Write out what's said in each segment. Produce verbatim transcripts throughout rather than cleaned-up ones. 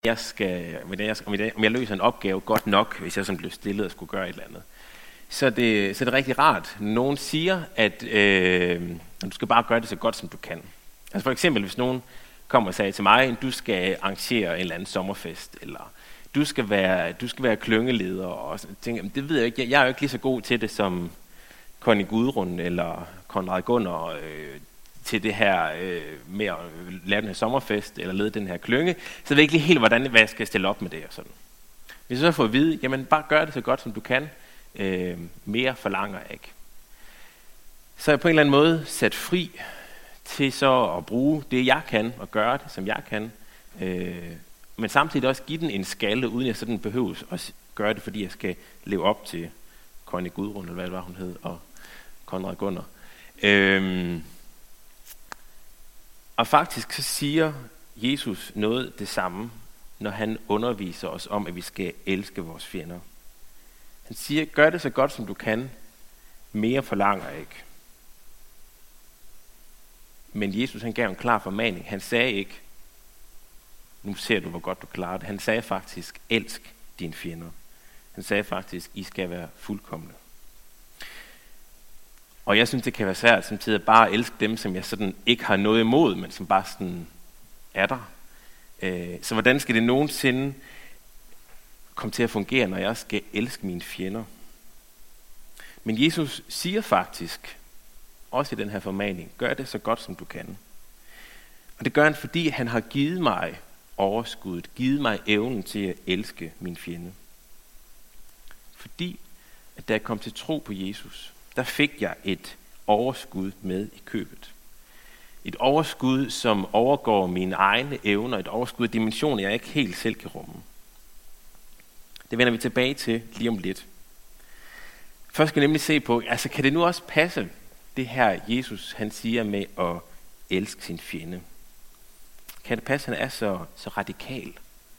jeg skal, om jeg, om jeg, om jeg løser en opgave godt nok, hvis jeg sådan blev stillet og skulle gøre et eller andet. Så det, så det er rigtig rart. Nogen siger, at øh, du skal bare gøre det så godt, som du kan. Altså for eksempel, hvis nogen kommer og siger til mig, du skal arrangere en eller anden sommerfest, eller du skal være, du skal være klyngeleder, og sådan, tænker, det ved jeg ikke. Jeg, jeg er jo ikke lige så god til det som Conny Gudrun eller Konrad Gunnar øh, til det her øh, med at lave den her sommerfest eller lede den her klynge. Så jeg ved ikke lige helt, hvordan hvad jeg skal stille op med det og sådan. Hvis jeg så får at vide, jamen bare gør det så godt, som du kan. Øh, mere forlanger jeg ikke. Så er jeg på en eller anden måde sat fri til så at bruge det, jeg kan, og gøre det, som jeg kan. Øh, men samtidig også give den en skalle, uden jeg sådan behøves at gøre det, fordi jeg skal leve op til Conny Gudrun, eller hvad det var, hun hed, og Konrad Gunnar. Øh, og faktisk så siger Jesus noget det samme, når han underviser os om, at vi skal elske vores fjender. Han siger, gør det så godt, som du kan. Mere forlanger jeg ikke. Men Jesus, han gav en klar formaning. Han sagde ikke, nu ser du, hvor godt du klarer det. Han sagde faktisk, elsk dine fjender. Han sagde faktisk, I skal være fuldkomne. Og jeg synes, det kan være svært samtidig bare at elske dem, som jeg sådan ikke har noget imod, men som bare sådan er der. Så hvordan skal det nogensinde komme til at fungere, når jeg skal elske mine fjender? Men Jesus siger faktisk, også i den her formaning, gør det så godt, som du kan. Og det gør han, fordi han har givet mig overskuddet, givet mig evnen til at elske min fjende. Fordi, at da jeg kom til tro på Jesus, der fik jeg et overskud med i købet. Et overskud, som overgår mine egne evner, et overskud af dimensioner, jeg ikke helt selv kan rumme. Det vender vi tilbage til lige om lidt. Først skal vi nemlig se på, altså kan det nu også passe, det her Jesus han siger med at elske sin fjende? Kan det passe, at han er så, så radikal?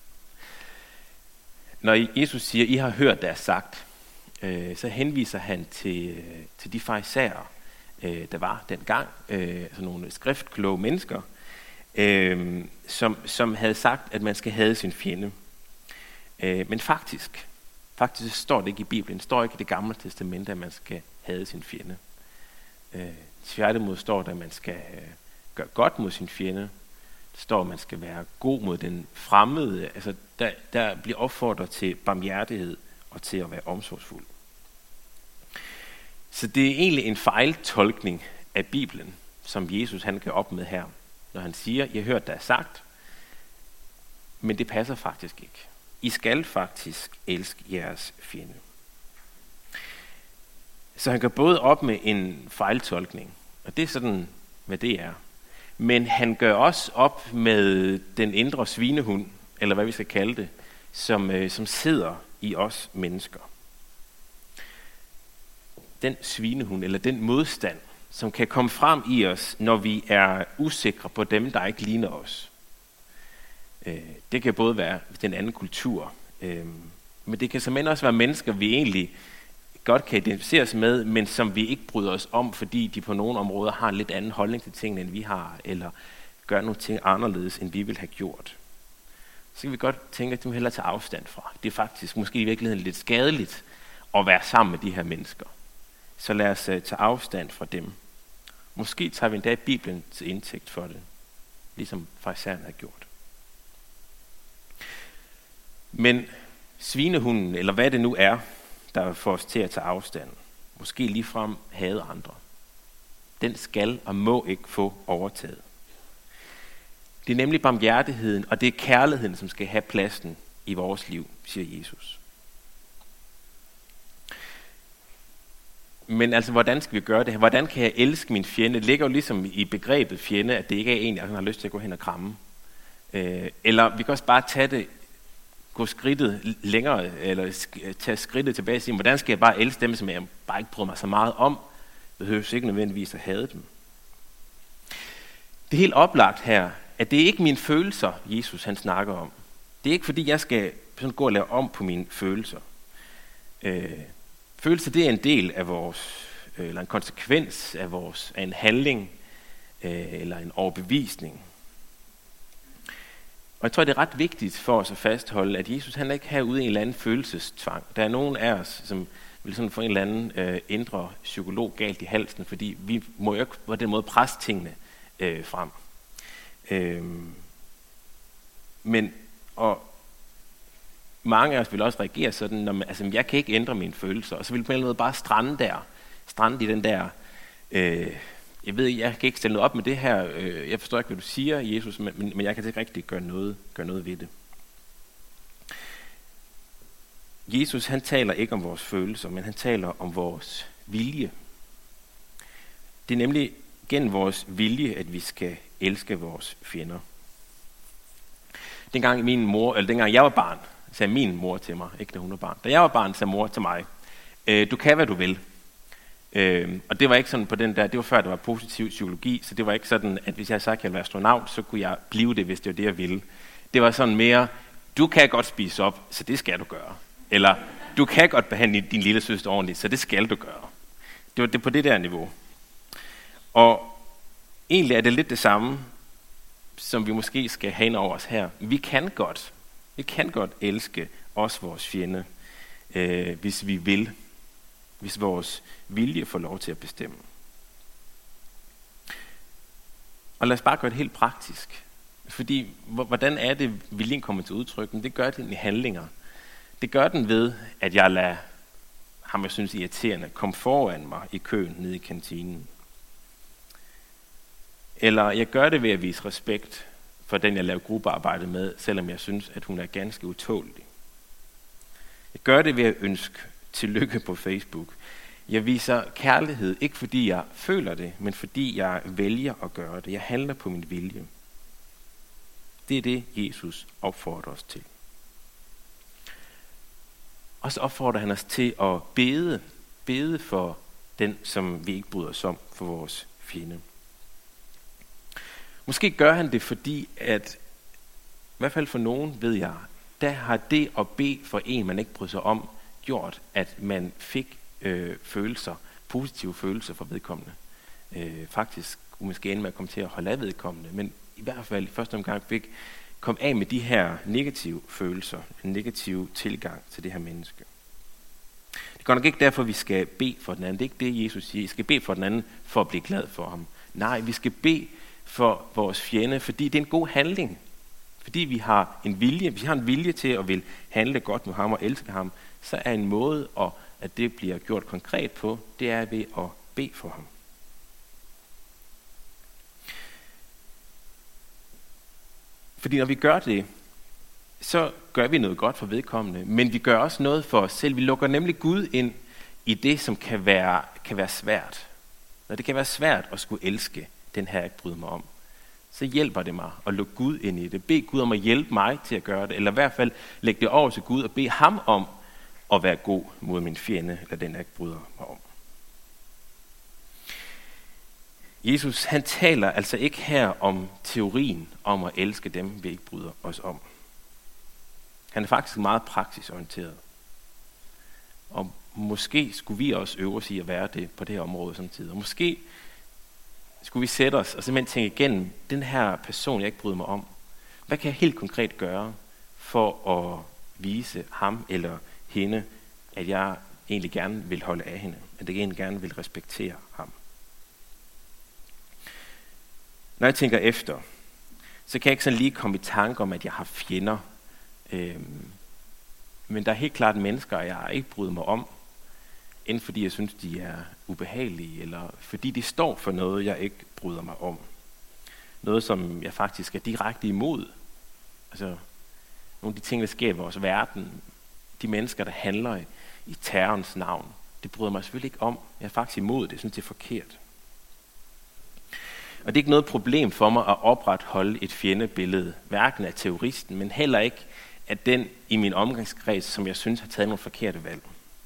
Når Jesus siger, I har hørt det sagt, øh, så henviser han til, til de farisæere, øh, der var dengang, øh, altså nogle skriftkloge mennesker, øh, som, som havde sagt, at man skal hade sin fjende. Øh, men faktisk, faktisk står det ikke i Bibelen, det står ikke i det gamle testamente, at man skal hade sin fjende. Øh, tværtimod står der, at man skal øh, gøre godt mod sin fjende. Det står, at man skal være god mod den fremmede. Altså, der, der bliver opfordret til barmhjertighed og til at være omsorgsfuld. Så det er egentlig en fejltolkning af Bibelen, som Jesus han kan op med her, når han siger, jeg har hørt, der er sagt, men det passer faktisk ikke. I skal faktisk elske jeres fjende. Så han går både op med en fejltolkning, og det er sådan, hvad det er. Men han gør også op med den indre svinehund, eller hvad vi skal kalde det, som, øh, som sidder i os mennesker. Den svinehund, eller den modstand, som kan komme frem i os, når vi er usikre på dem, der ikke ligner os. Øh, det kan både være den anden kultur, øh, men det kan simpelthen også være mennesker, vi egentlig godt kan identificeres med, men som vi ikke bryder os om, fordi de på nogle områder har en lidt anden holdning til tingene, end vi har, eller gør nogle ting anderledes, end vi ville have gjort. Så kan vi godt tænke, at det må hellere tage afstand fra. Det er faktisk måske i virkeligheden lidt skadeligt at være sammen med de her mennesker. Så lad os uh, tage afstand fra dem. Måske tager vi endda Bibelen til indtægt for det, ligesom farisæerne har gjort. Men svinehunden, eller hvad det nu er, der får os til at tage afstand, måske ligefrem hade andre, den skal og må ikke få overtaget. Det er nemlig barmhjertigheden, og det er kærligheden, som skal have pladsen i vores liv, siger Jesus. Men altså, hvordan skal vi gøre det her? Hvordan kan jeg elske min fjende? Det ligger jo ligesom i begrebet fjende, at det ikke er en, jeg har lyst til at gå hen og kramme. Øh, eller vi kan også bare tage det, gå skridtet længere, eller tage skridtet tilbage og sige, hvordan skal jeg bare elske dem, som jeg bare ikke bryder mig så meget om? Det behøver ikke nødvendigvis at hade dem. Det er helt oplagt her, at det er ikke mine følelser, Jesus han snakker om. Det er ikke fordi, jeg skal sådan gå og lave om på mine følelser. Øh, følelser, det er en del af vores, eller en konsekvens af vores, af en handling, øh, eller en overbevisning. Og jeg tror, det er ret vigtigt for os at fastholde, at Jesus han er ikke herude i en eller anden følelsestvang. Der er nogen af os, som vil sådan få en eller anden øh, indre psykolog galt i halsen, fordi vi må jo ikke på den måde presse tingene øh, frem. Øhm, men, og mange af os vil også reagere sådan, når man, altså jeg kan ikke ændre mine følelser, og så vil på en eller anden måde bare strande der, strande i den der, øh, jeg ved, jeg kan ikke stille noget op med det her, øh, jeg forstår ikke, hvad du siger, Jesus, men, men jeg kan ikke rigtig gøre noget, gøre noget ved det. Jesus, han taler ikke om vores følelser, men han taler om vores vilje. Det er nemlig gennem vores vilje, at vi skal elske vores fjender. Dengang min mor, eller dengang jeg var barn, sagde min mor til mig, ikke da hun var barn. Da jeg var barn, sagde mor til mig, øh, du kan, hvad du vil. Øh, og det var ikke sådan på den der, det var før, der var positiv psykologi, så det var ikke sådan, at hvis jeg havde sagt, at jeg ville være astronaut, så kunne jeg blive det, hvis det var det, jeg ville. Det var sådan mere, du kan godt spise op, så det skal du gøre. Eller, du kan godt behandle din lille søster ordentligt, så det skal du gøre. Det var det på det der niveau. Og egentlig er det lidt det samme, som vi måske skal have ind over os her. Vi kan godt, vi kan godt elske os vores fjende, øh, hvis vi vil. Hvis vores vilje får lov til at bestemme. Og lad os bare gøre det helt praktisk. Fordi, hvordan er det, viljen kommer til udtryk? Men det gør den i handlinger. Det gør den ved, at jeg lader ham, jeg synes irriterende, komme foran mig i køen nede i kantinen. Eller jeg gør det ved at vise respekt for den, jeg laver gruppearbejde med, selvom jeg synes, at hun er ganske utålelig. Jeg gør det ved at ønske tillykke på Facebook. Jeg viser kærlighed, ikke fordi jeg føler det, men fordi jeg vælger at gøre det. Jeg handler på min vilje. Det er det, Jesus opfordrer os til. Og så opfordrer han os til at bede, bede for den, som vi ikke bryder os om, for vores fjende. Måske gør han det, fordi at, i hvert fald for nogen, ved jeg, der har det at bede for en, man ikke bryder sig om, gjort, at man fik øh, følelser, positive følelser for vedkommende. Øh, faktisk måske ende med at komme til at holde af vedkommende, men i hvert fald i første omgang fik kom af med de her negative følelser, en negativ tilgang til det her menneske. Det går nok ikke derfor, vi skal bede for den anden. Det er ikke det, Jesus siger. Vi skal bede for den anden for at blive glad for ham. Nej, vi skal bede for vores fjende, fordi det er en god handling. Fordi vi har en vilje, vi har en vilje til at vil handle godt med ham og elske ham, så er en måde, at det bliver gjort konkret på, det er ved at bede for ham. Fordi når vi gør det, så gør vi noget godt for vedkommende, men vi gør også noget for os selv. Vi lukker nemlig Gud ind i det, som kan være, kan være svært. Når det kan være svært at skulle elske den her, jeg ikke bryder mig om, så hjælper det mig at lukke Gud ind i det. Bed Gud om at hjælpe mig til at gøre det, eller i hvert fald lægge det over til Gud og bede ham om at være god mod min fjende, eller den, jeg ikke bryder mig om. Jesus, han taler altså ikke her om teorien om at elske dem, vi ikke bryder os om. Han er faktisk meget praksisorienteret. Og måske skulle vi også øve os i at være det på det her område samtidig. Og måske skulle vi sætte os og simpelthen tænke igennem, den her person, jeg ikke bryder mig om, hvad kan jeg helt konkret gøre for at vise ham eller hende, at jeg egentlig gerne vil holde af hende, at jeg egentlig gerne vil respektere ham. Når jeg tænker efter, så kan jeg ikke sådan lige komme i tanke om, at jeg har fjender. Øhm, men der er helt klart mennesker, jeg ikke bryder mig om, enten fordi jeg synes, de er ubehagelige, eller fordi de står for noget, jeg ikke bryder mig om. Noget, som jeg faktisk er direkte imod. Altså, nogle af de ting, der sker i vores verden, de mennesker, der handler i, i terrorens navn, det bryder mig selvfølgelig ikke om. Jeg er faktisk imod det, jeg synes, det er forkert. Og det er ikke noget problem for mig at opretholde et fjendebillede, hverken af terroristen, men heller ikke af den i min omgangskreds, som jeg synes har taget nogle forkerte valg.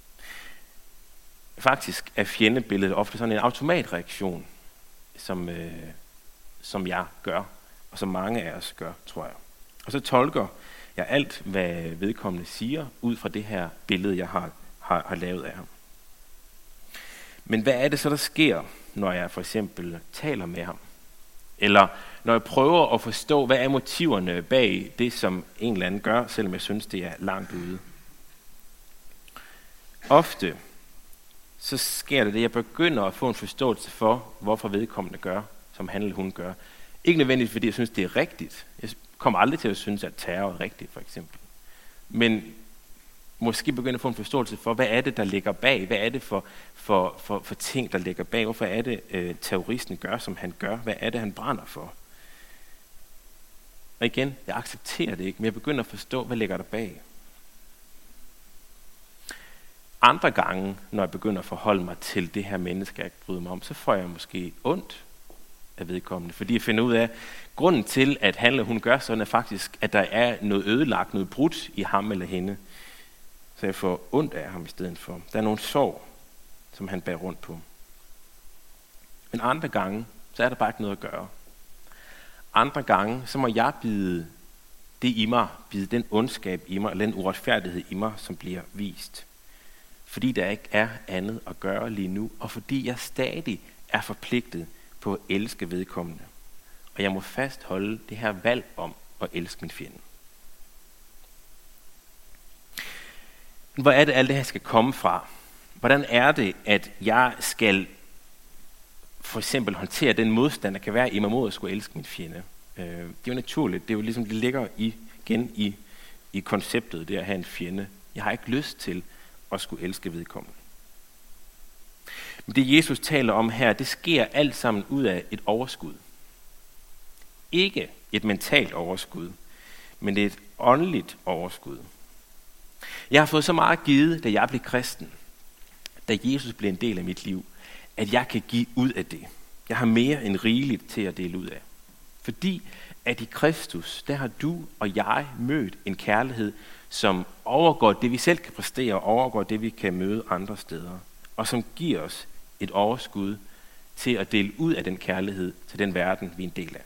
Faktisk er fjendebilledet ofte sådan en automatreaktion, som, øh, som jeg gør, og som mange af os gør, tror jeg. Og så tolker jeg alt, hvad vedkommende siger, ud fra det her billede, jeg har, har, har lavet af ham. Men hvad er det så, der sker, når jeg for eksempel taler med ham? Eller når jeg prøver at forstå, hvad er motiverne bag det, som en eller anden gør, selvom jeg synes, det er langt ude. Ofte så sker det det, jeg begynder at få en forståelse for, hvorfor vedkommende gør, som han eller hun gør. Ikke nødvendigvis, fordi jeg synes, det er rigtigt. Jeg kommer aldrig til at synes, at terror er rigtigt, for eksempel. Men måske begynder at få en forståelse for, hvad er det, der ligger bag? Hvad er det for, for, for, for ting, der ligger bag? Hvorfor er det, øh, terroristen gør, som han gør? Hvad er det, han brænder for? Og igen, jeg accepterer det ikke, men jeg begynder at forstå, hvad ligger der bag. Andre gange, når jeg begynder at forholde mig til det her menneske, jeg bryder mig om, så får jeg måske ondt af vedkommende. Fordi jeg finder ud af, at grunden til, at han eller hun gør sådan, er faktisk, at der er noget ødelagt, noget brudt i ham eller hende. Så jeg får ondt af ham i stedet for. Der er nogle sorg, som han bærer rundt på. Men andre gange, så er der bare ikke noget at gøre. Andre gange, så må jeg bide det i mig, bide den ondskab i mig, eller den uretfærdighed i mig, som bliver vist. Fordi der ikke er andet at gøre lige nu, og fordi jeg stadig er forpligtet på at elske vedkommende. Og jeg må fastholde det her valg om at elske min fjende. Hvor er det, alt det her skal komme fra? Hvordan er det, at jeg skal for eksempel håndtere den modstand, der kan være i mig mod at skulle elske min fjende? Det er jo naturligt. Det er jo ligesom, det ligger i, igen i, i konceptet, det at have en fjende. Jeg har ikke lyst til at skulle elske vedkommende. Men det Jesus taler om her, det sker alt sammen ud af et overskud. Ikke et mentalt overskud, men det er et åndeligt overskud. Jeg har fået så meget givet, da jeg blev kristen, da Jesus blev en del af mit liv, at jeg kan give ud af det. Jeg har mere end rigeligt til at dele ud af. Fordi at i Kristus, der har du og jeg mødt en kærlighed, som overgår det, vi selv kan præstere, og overgår det, vi kan møde andre steder. Og som giver os et overskud til at dele ud af den kærlighed til den verden, vi er en del af.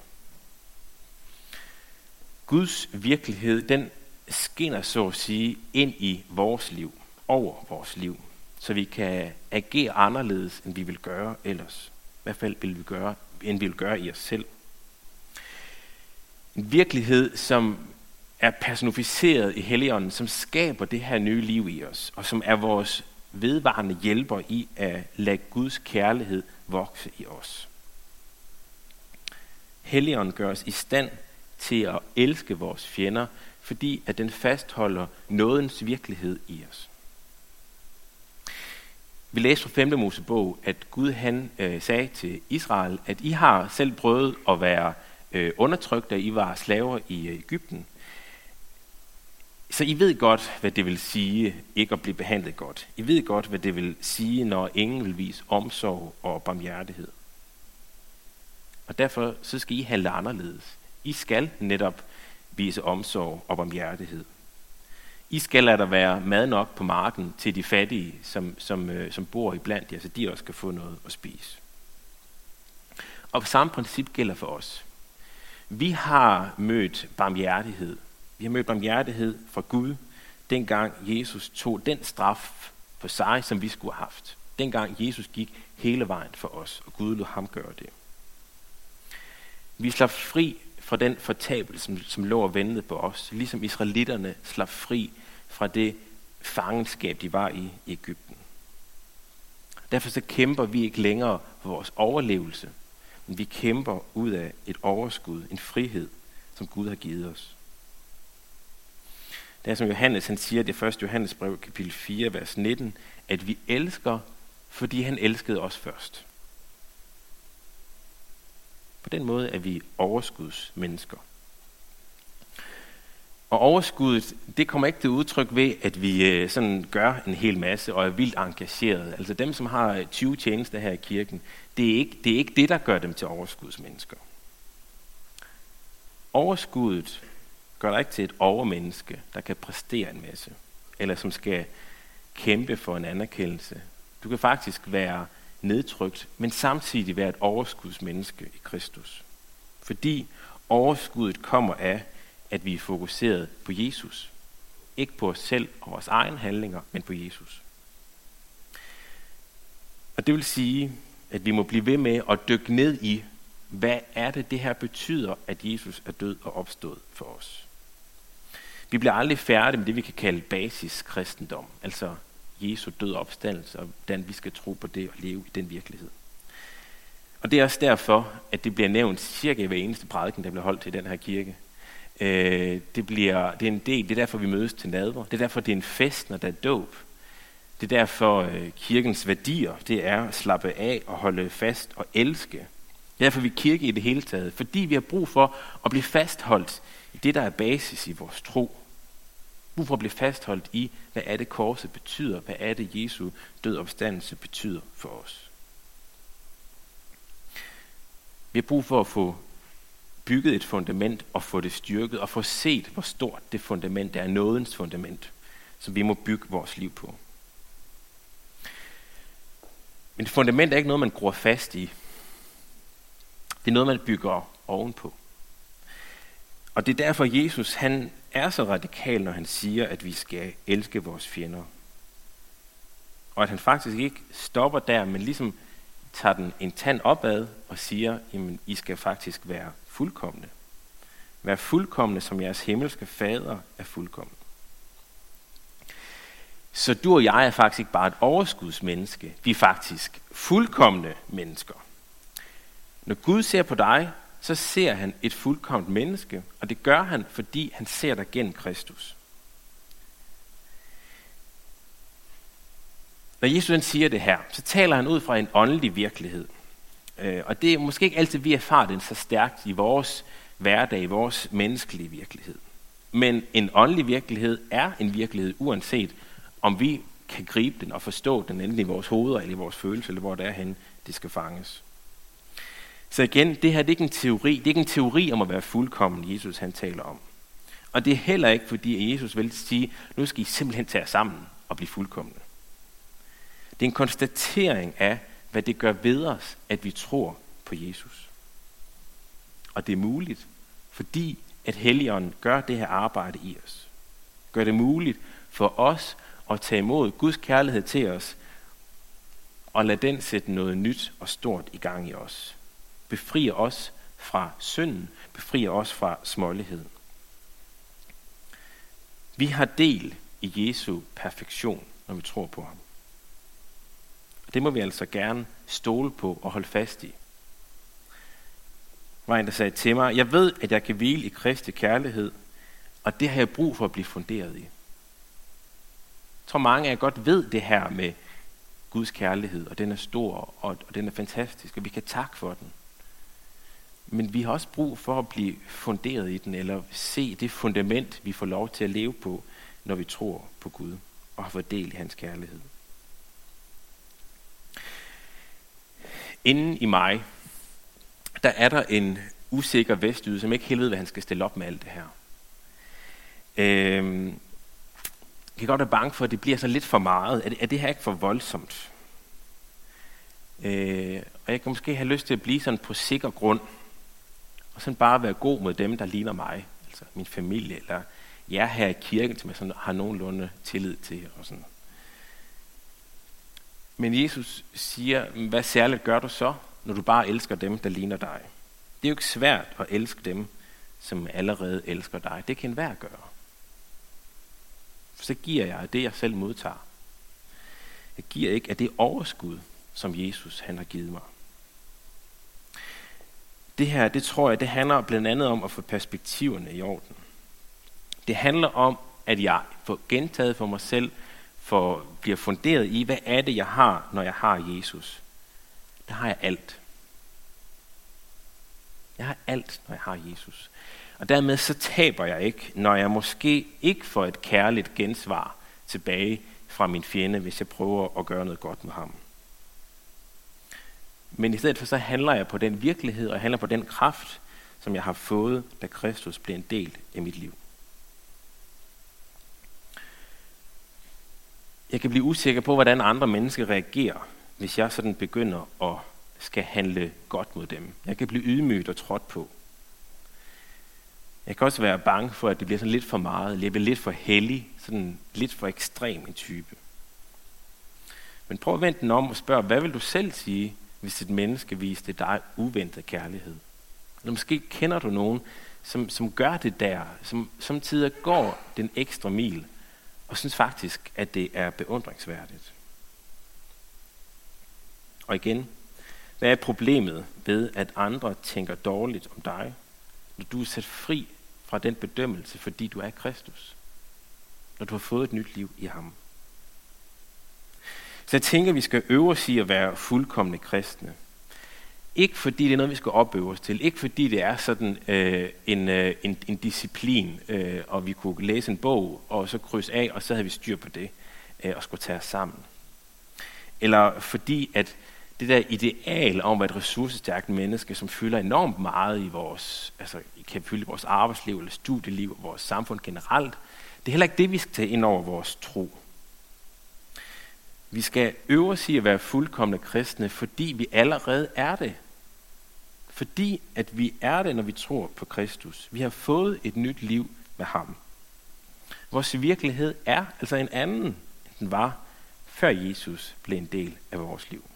Guds virkelighed, den skinner så at sige ind i vores liv, over vores liv, så vi kan agere anderledes, end vi vil gøre ellers. I hvert fald vil vi gøre, end vi vil gøre i os selv. En virkelighed, som er personificeret i Helligånden, som skaber det her nye liv i os, og som er vores vedvarende hjælper i at lade Guds kærlighed vokse i os. Helligånden gør os i stand til at elske vores fjender, fordi at den fastholder nådens virkelighed i os. Vi læste fra femte Mosebog, at Gud han øh, sagde til Israel, at I har selv prøvet at være øh, undertrykt, da I var slaver i øh, Egypten. Så I ved godt, hvad det vil sige ikke at blive behandlet godt. I ved godt, hvad det vil sige, når ingen vil vise omsorg og barmhjertighed. Og derfor så skal I handle anderledes. I skal netop vise omsorg og barmhjertighed. I skal lade der være mad nok på marken til de fattige, som, som, øh, som bor iblandt jer, så de også kan få noget at spise. Og samme princip gælder for os. Vi har mødt barmhjertighed. Vi har mødt barmhjertighed fra Gud, dengang Jesus tog den straf på sig, som vi skulle have haft. Dengang Jesus gik hele vejen for os, og Gud lod ham gøre det. Vi slap fri fra den fortabelse, som, som lå og ventede på os, ligesom israelitterne slap fri fra det fangenskab, de var i i Egypten. Derfor så kæmper vi ikke længere for vores overlevelse, men vi kæmper ud af et overskud, en frihed, som Gud har givet os. Det er som Johannes han siger, det første Johannes brev, kapitel fire, vers nitten, at vi elsker, fordi han elskede os først. På den måde er vi overskudsmennesker. Og overskuddet, det kommer ikke til udtryk ved, at vi sådan gør en hel masse og er vildt engageret. Altså dem, som har tyve tjenester her i kirken, det er ikke det, er ikke det der gør dem til overskudsmennesker. Overskuddet gør dig ikke til et overmenneske, der kan præstere en masse, eller som skal kæmpe for en anerkendelse. Du kan faktisk være nedtrykt, men samtidig være et overskudsmenneske i Kristus. Fordi overskuddet kommer af, at vi er fokuseret på Jesus. Ikke på os selv og vores egne handlinger, men på Jesus. Og det vil sige, at vi må blive ved med at dykke ned i hvad er det, det her betyder, at Jesus er død og opstået for os. Vi bliver aldrig færdige med det, vi kan kalde basiskristendom, altså Jesu død og opstandelse, og hvordan vi skal tro på det og leve i den virkelighed. Og det er også derfor, at det bliver nævnt cirka i hver eneste prædiken, der bliver holdt i den her kirke. Øh, det, bliver, det er en del, det er derfor, vi mødes til nadver. Det er derfor, det er en fest, når der er dåb. Det er derfor, øh, kirkens værdier, det er at slappe af og holde fast og elske. Det er derfor, vi er kirke i det hele taget. Fordi vi har brug for at blive fastholdt i det, der er basis i vores tro. Brug for at blive fastholdt i, hvad er det korset betyder, hvad er det Jesu død opstandelse betyder for os. Vi har brug for at få bygget et fundament og få det styrket og få set, hvor stort det fundament er, nådens fundament, som vi må bygge vores liv på. Men et fundament er ikke noget, man gror fast i. Det er noget, man bygger ovenpå. Og det er derfor, Jesus han er så radikal, når han siger, at vi skal elske vores fjender. Og at han faktisk ikke stopper der, men ligesom tager den en tand opad og siger, jamen I skal faktisk være fuldkomne. Vær fuldkomne, som jeres himmelske fader er fuldkommen. Så du og jeg er faktisk ikke bare et overskudsmenneske. Vi er faktisk fuldkomne mennesker. Når Gud ser på dig, så ser han et fuldkomment menneske, og det gør han, fordi han ser dig gennem Kristus. Når Jesus siger det her, så taler han ud fra en åndelig virkelighed. Og det er måske ikke altid, vi erfarer den så stærkt i vores hverdag, i vores menneskelige virkelighed. Men en åndelig virkelighed er en virkelighed, uanset om vi kan gribe den og forstå den, enten i vores hoveder eller i vores følelser, eller hvor det er hen, det skal fanges. Så igen, det her det er ikke en teori. Det er ikke en teori om at være fuldkommen, Jesus han taler om. Og det er heller ikke, fordi Jesus vil sige, nu skal I simpelthen tage jer sammen og blive fuldkomne. Det er en konstatering af, hvad det gør ved os, at vi tror på Jesus. Og det er muligt, fordi at Helligånden gør det her arbejde i os. Gør det muligt for os at tage imod Guds kærlighed til os, og lade den sætte noget nyt og stort i gang i os. Befrier os fra synden, befrier os fra smålighed. Vi har del i Jesu perfektion, når vi tror på ham. Og det må vi altså gerne stole på og holde fast i. Der var en, der sagde til mig, jeg ved, at jeg kan hvile i Kristi kærlighed, og det har jeg brug for at blive funderet i. Jeg tror, mange af jer godt ved det her med Guds kærlighed, og den er stor, og, og den er fantastisk, og vi kan takke for den. Men vi har også brug for at blive funderet i den, eller se det fundament, vi får lov til at leve på, når vi tror på Gud, og har fået del i hans kærlighed. Inden i mig, der er der en usikker vestjyde, som ikke helt ved, hvad han skal stille op med alt det her. Øhm, jeg kan godt være bange for, at det bliver så lidt for meget. Er det, er det her ikke for voldsomt? Øh, og jeg kan måske have lyst til at blive sådan på sikker grund, og sådan bare være god mod dem, der ligner mig, altså min familie, eller jer her i kirken, som jeg sådan har nogenlunde tillid til. Og sådan. Men Jesus siger, hvad særligt gør du så, når du bare elsker dem, der ligner dig? Det er jo ikke svært at elske dem, som allerede elsker dig. Det kan enhver gøre. For så giver jeg det, jeg selv modtager. Jeg giver ikke af det overskud, som Jesus han har givet mig. Det her, det tror jeg, det handler blandt andet om at få perspektiverne i orden. Det handler om, at jeg får gentaget for mig selv, for bliver funderet i, hvad er det, jeg har, når jeg har Jesus. Der har jeg alt. Jeg har alt, når jeg har Jesus. Og dermed så taber jeg ikke, når jeg måske ikke får et kærligt gensvar tilbage fra min fjende, hvis jeg prøver at gøre noget godt med ham. Men i stedet for så handler jeg på den virkelighed, og jeg handler på den kraft, som jeg har fået, da Kristus blev en del af mit liv. Jeg kan blive usikker på, hvordan andre mennesker reagerer, hvis jeg sådan begynder at skal handle godt mod dem. Jeg kan blive ydmygt og trådt på. Jeg kan også være bange for, at det bliver sådan lidt for meget, jeg bliver lidt for hellig, sådan lidt for ekstrem en type. Men prøv at vende den om og spørg, hvad vil du selv sige, hvis et menneske viste dig uventet kærlighed. Eller måske kender du nogen, som, som gør det der, som samtidig går den ekstra mil, og synes faktisk, at det er beundringsværdigt. Og igen, hvad er problemet ved, at andre tænker dårligt om dig, når du er sat fri fra den bedømmelse, fordi du er Kristus? Når du har fået et nyt liv i ham. Så jeg tænker, at vi skal øve os i at være fuldkomne kristne. Ikke fordi det er noget, vi skal opøve os til. Ikke fordi det er sådan øh, en, øh, en, en disciplin, øh, og vi kunne læse en bog, og så krydse af, og så havde vi styr på det, øh, og skulle tage os sammen. Eller fordi, at det der ideal om at være et ressourcestærkt menneske, som fylder enormt meget i vores, altså kan fylde vores arbejdsliv, eller studieliv, og vores samfund generelt, det er heller ikke det, vi skal tage ind over vores tro. Vi skal øve os i at være fuldkomne kristne, fordi vi allerede er det. Fordi at vi er det, når vi tror på Kristus. Vi har fået et nyt liv med ham. Vores virkelighed er altså en anden, end den var, før Jesus blev en del af vores liv.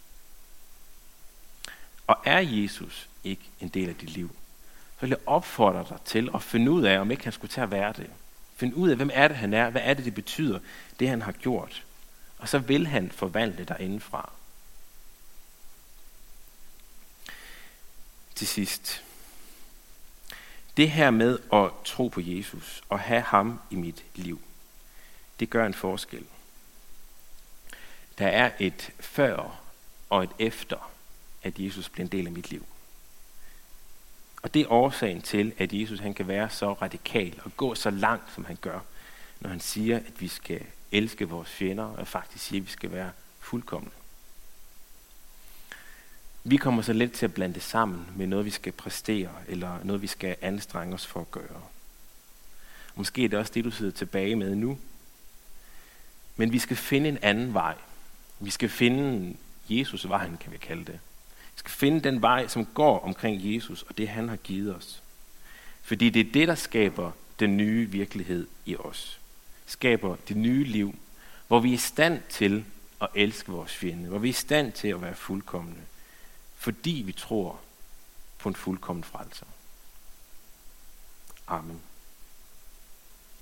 Og er Jesus ikke en del af dit liv, så vil jeg opfordre dig til at finde ud af, om ikke han skulle til at være det. Finde ud af, hvem er det, han er, hvad er det, det betyder, det han har gjort. Og så vil han forvandle dig indenfra. Til sidst. Det her med at tro på Jesus og have ham i mit liv, det gør en forskel. Der er et før og et efter, at Jesus bliver en del af mit liv. Og det er årsagen til, at Jesus han kan være så radikal og gå så langt, som han gør, når han siger, at vi skal elske vores fjender, og faktisk siger, at vi skal være fuldkomne. Vi kommer så let til at blande det sammen med noget, vi skal præstere, eller noget, vi skal anstrenge os for at gøre. Måske er det også det, du sidder tilbage med nu. Men vi skal finde en anden vej. Vi skal finde Jesus-vejen, kan vi kalde det. Vi skal finde den vej, som går omkring Jesus, og det han har givet os. Fordi det er det, der skaber den nye virkelighed i os. Skaber det nye liv, hvor vi er i stand til at elske vores fjende, hvor vi er i stand til at være fuldkomne, fordi vi tror på en fuldkommen frelser. Amen.